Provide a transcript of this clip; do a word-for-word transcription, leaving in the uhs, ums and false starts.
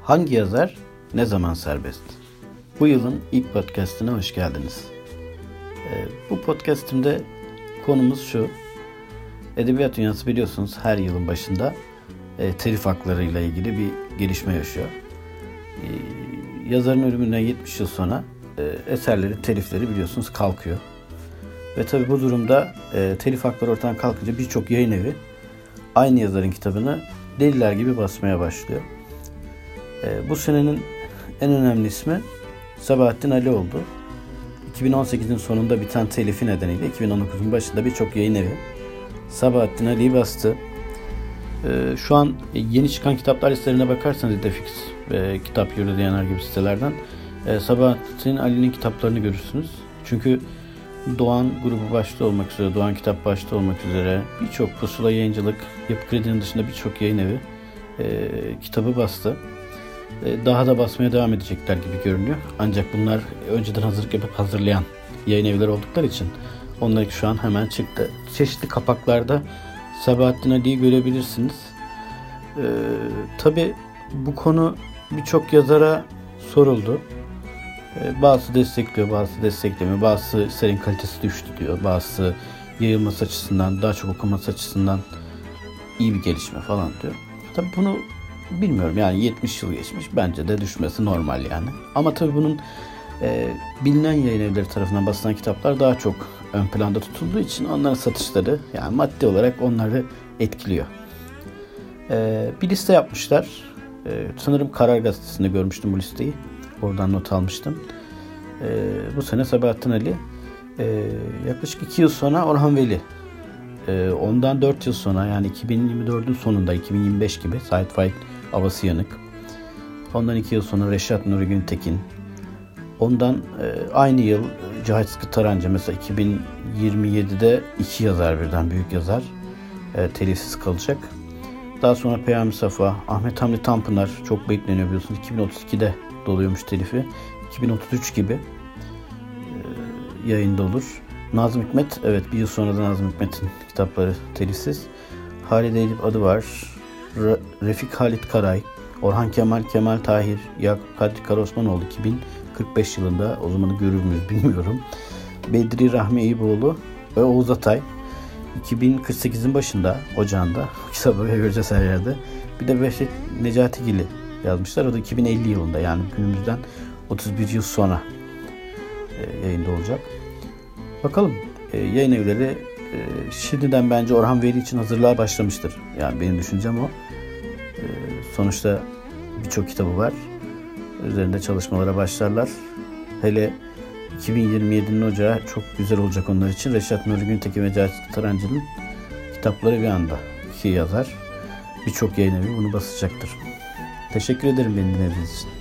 Hangi yazar ne zaman serbest? Bu yılın ilk podcastine hoş geldiniz. Ee, bu podcastimde konumuz şu. Edebiyat dünyası biliyorsunuz her yılın başında e, telif haklarıyla ilgili bir gelişme yaşıyor. E, yazarın ölümünden yetmiş yıl sonra e, eserleri, telifleri biliyorsunuz kalkıyor. Ve tabi bu durumda e, telif hakları ortadan kalkınca birçok yayın evi aynı yazarın kitabını deliler gibi basmaya başlıyor. E, bu senenin en önemli ismi Sabahattin Ali oldu. iki bin on sekizin sonunda biten telifi nedeniyle iki bin on dokuzun başında birçok yayın evi Sabahattin Ali'yi bastı. E, şu an yeni çıkan kitaplar listelerine bakarsanız Edefix ve Kitap Yurdu D N R gibi sitelerden e, Sabahattin Ali'nin kitaplarını görürsünüz. Çünkü Doğan grubu başta olmak üzere, Doğan Kitap başta olmak üzere birçok Pusula Yayıncılık, Yapı Kredi'nin dışında birçok yayın evi e, kitabı bastı. E, daha da basmaya devam edecekler gibi görünüyor. Ancak bunlar önceden hazırlık yapıp hazırlayan yayın evleri oldukları için onlarınki şu an hemen çıktı. Çeşitli kapaklarda Sabahattin Ali'yi görebilirsiniz. E, Tabi bu konu birçok yazara soruldu. Bazısı destekliyor, bazısı desteklemiyor. Bazısı eserin kalitesi düştü diyor. Bazısı yayılması açısından, daha çok okunması açısından iyi bir gelişme falan diyor. Tabii bunu bilmiyorum. Yani yetmiş yıl geçmiş. Bence de düşmesi normal yani. Ama tabii bunun e, bilinen yayın evleri tarafından basılan kitaplar daha çok ön planda tutulduğu için onların satışları yani maddi olarak onları etkiliyor. E, bir liste yapmışlar. E, sanırım Karar Gazetesi'nde görmüştüm bu listeyi. Oradan not almıştım. Ee, bu sene Sabahattin Ali. Ee, yaklaşık iki yıl sonra Orhan Veli. Ee, ondan dört yıl sonra yani iki bin yirmi dördün sonunda iki bin yirmi beş gibi Sait Faik Avası Yanık. Ondan iki yıl sonra Reşat Nuri Güntekin. Ondan e, aynı yıl Cahit Sıtkı Tarancı mesela iki bin yirmi yedide iki yazar birden büyük yazar e, telifsiz kalacak. Daha sonra Peyami Safa, Ahmet Hamdi Tanpınar çok bekleniyor biliyorsunuz. iki bin otuz ikide doluyormuş telifi. iki bin otuz üç gibi e, yayında olur. Nazım Hikmet, evet bir yıl sonra da Nazım Hikmet'in kitapları telifsiz. Halide Edip adı var. Re- Refik Halit Karay, Orhan Kemal, Kemal Tahir, Yakup Kadri Karaosmanoğlu iki bin kırk beş yılında, o zamanı görür müyüz bilmiyorum. Bedri Rahmi Eyüboğlu ve Oğuz Atay. iki bin kırk sekizin başında, ocağında, kitabı göreceğiz her yerde. Bir de Behçet Necatigil'i yazmışlar. O da iki bin elli yılında yani günümüzden otuz bir yıl sonra e, yayında olacak. Bakalım e, yayın evleri e, şimdiden bence Orhan Veli için hazırlığa başlamıştır. Yani benim düşüncem o. E, sonuçta birçok kitabı var. Üzerinde çalışmalara başlarlar. Hele iki bin yirmi yedinin ocağı çok güzel olacak onlar için. Reşat Nuri Güntekin ve Cahit Sıtkı Tarancı'nın kitapları bir anda iki yazar. Birçok yayın evi bunu basacaktır. Teşekkür ederim beni dinlediğiniz için.